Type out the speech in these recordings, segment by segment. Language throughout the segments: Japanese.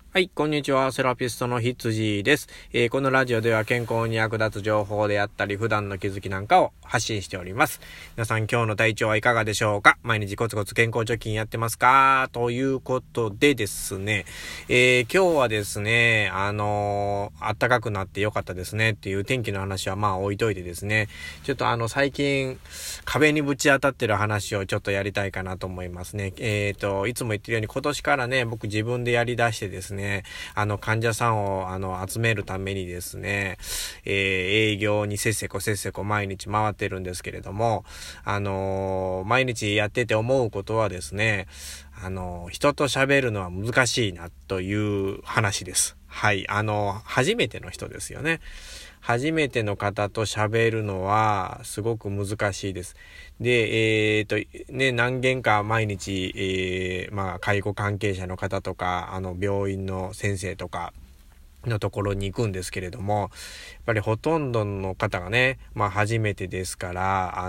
はい、こんにちは。セラピストのひつじです。このラジオでは健康に役立つ情報であったり、普段の気づきなんかを発信しております。皆さん今日の体調はいかがでしょうか？毎日コツコツ健康貯金やってますか？ということでですね、今日はですね、暖かくなってよかったですねっていう天気の話はまあ置いといてですね、ちょっと最近壁にぶち当たってる話をちょっとやりたいかなと思いますね。いつも言ってるように今年からね、僕自分でやり出してですね、患者さんを集めるためにですね、営業にせっせこ毎日回ってるんですけれども、毎日やってて思うことはですね、人と喋るのは難しいなという話です。はい。初めての人ですよね。初めての方と喋るのはすごく難しいです。で、何件か毎日、介護関係者の方とか、病院の先生とか、のところに行くんですけれども、やっぱりほとんどの方がね、初めてですから、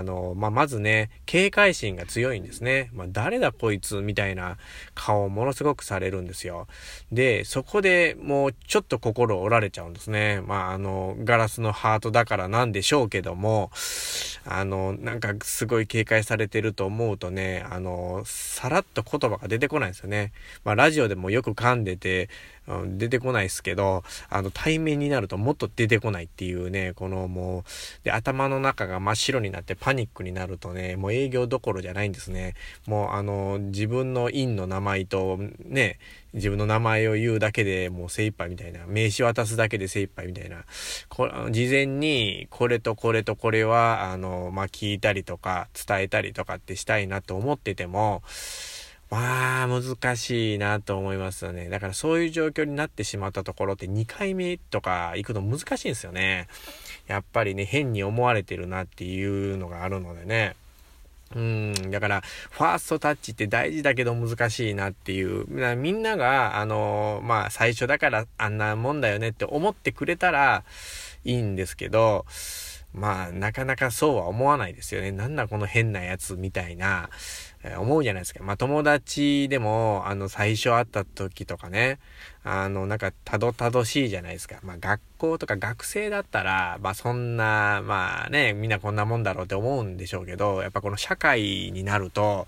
まずね、警戒心が強いんですね。誰だこいつみたいな顔をものすごくされるんですよ。で、そこでもうちょっと心折られちゃうんですね。ガラスのハートだからなんでしょうけども、なんかすごい警戒されてると思うとね、さらっと言葉が出てこないんですよね。ラジオでもよく噛んでて、出てこないですけど、対面になるともっと出てこないっていうね、で、頭の中が真っ白になってパニックになるとね、もう営業どころじゃないんですね。もう自分の院の名前とね、自分の名前を言うだけでもう精一杯みたいな、名刺渡すだけで精一杯みたいな、事前にこれとこれとこれは、聞いたりとか伝えたりとかってしたいなと思ってても、難しいなと思いますよね。だからそういう状況になってしまったところって2回目とか行くの難しいんですよね。やっぱりね、変に思われてるなっていうのがあるのでね。だから、ファーストタッチって大事だけど難しいなっていう。みんなが、最初だからあんなもんだよねって思ってくれたらいいんですけど、なかなかそうは思わないですよね。なんだこの変なやつみたいな、思うじゃないですか。友達でも、最初会った時とかね、なんかたどたどしいじゃないですか。学校とか学生だったら、そんな、みんなこんなもんだろうって思うんでしょうけど、やっぱこの社会になると、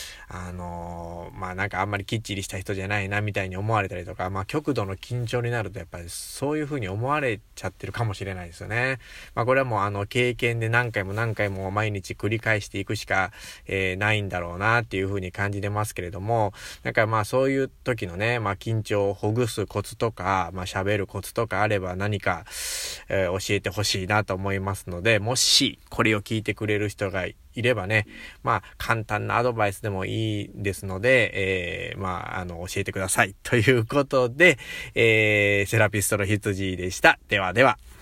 なんかあんまりきっちりした人じゃないなみたいに思われたりとか、極度の緊張になるとやっぱりそういう風に思われちゃってるかもしれないですよね。これはもう経験で何回も毎日繰り返していくしか、ないんだろうなっていう風に感じてますけれども、なんかそういう時のね、緊張をほぐすコツとか、喋るコツとかあれば何か、教えてほしいなと思いますので、もしこれを聞いてくれる人がいればね、簡単なアドバイスでもいいですので、教えてください。ということで、セラピストのひつじでした。ではでは。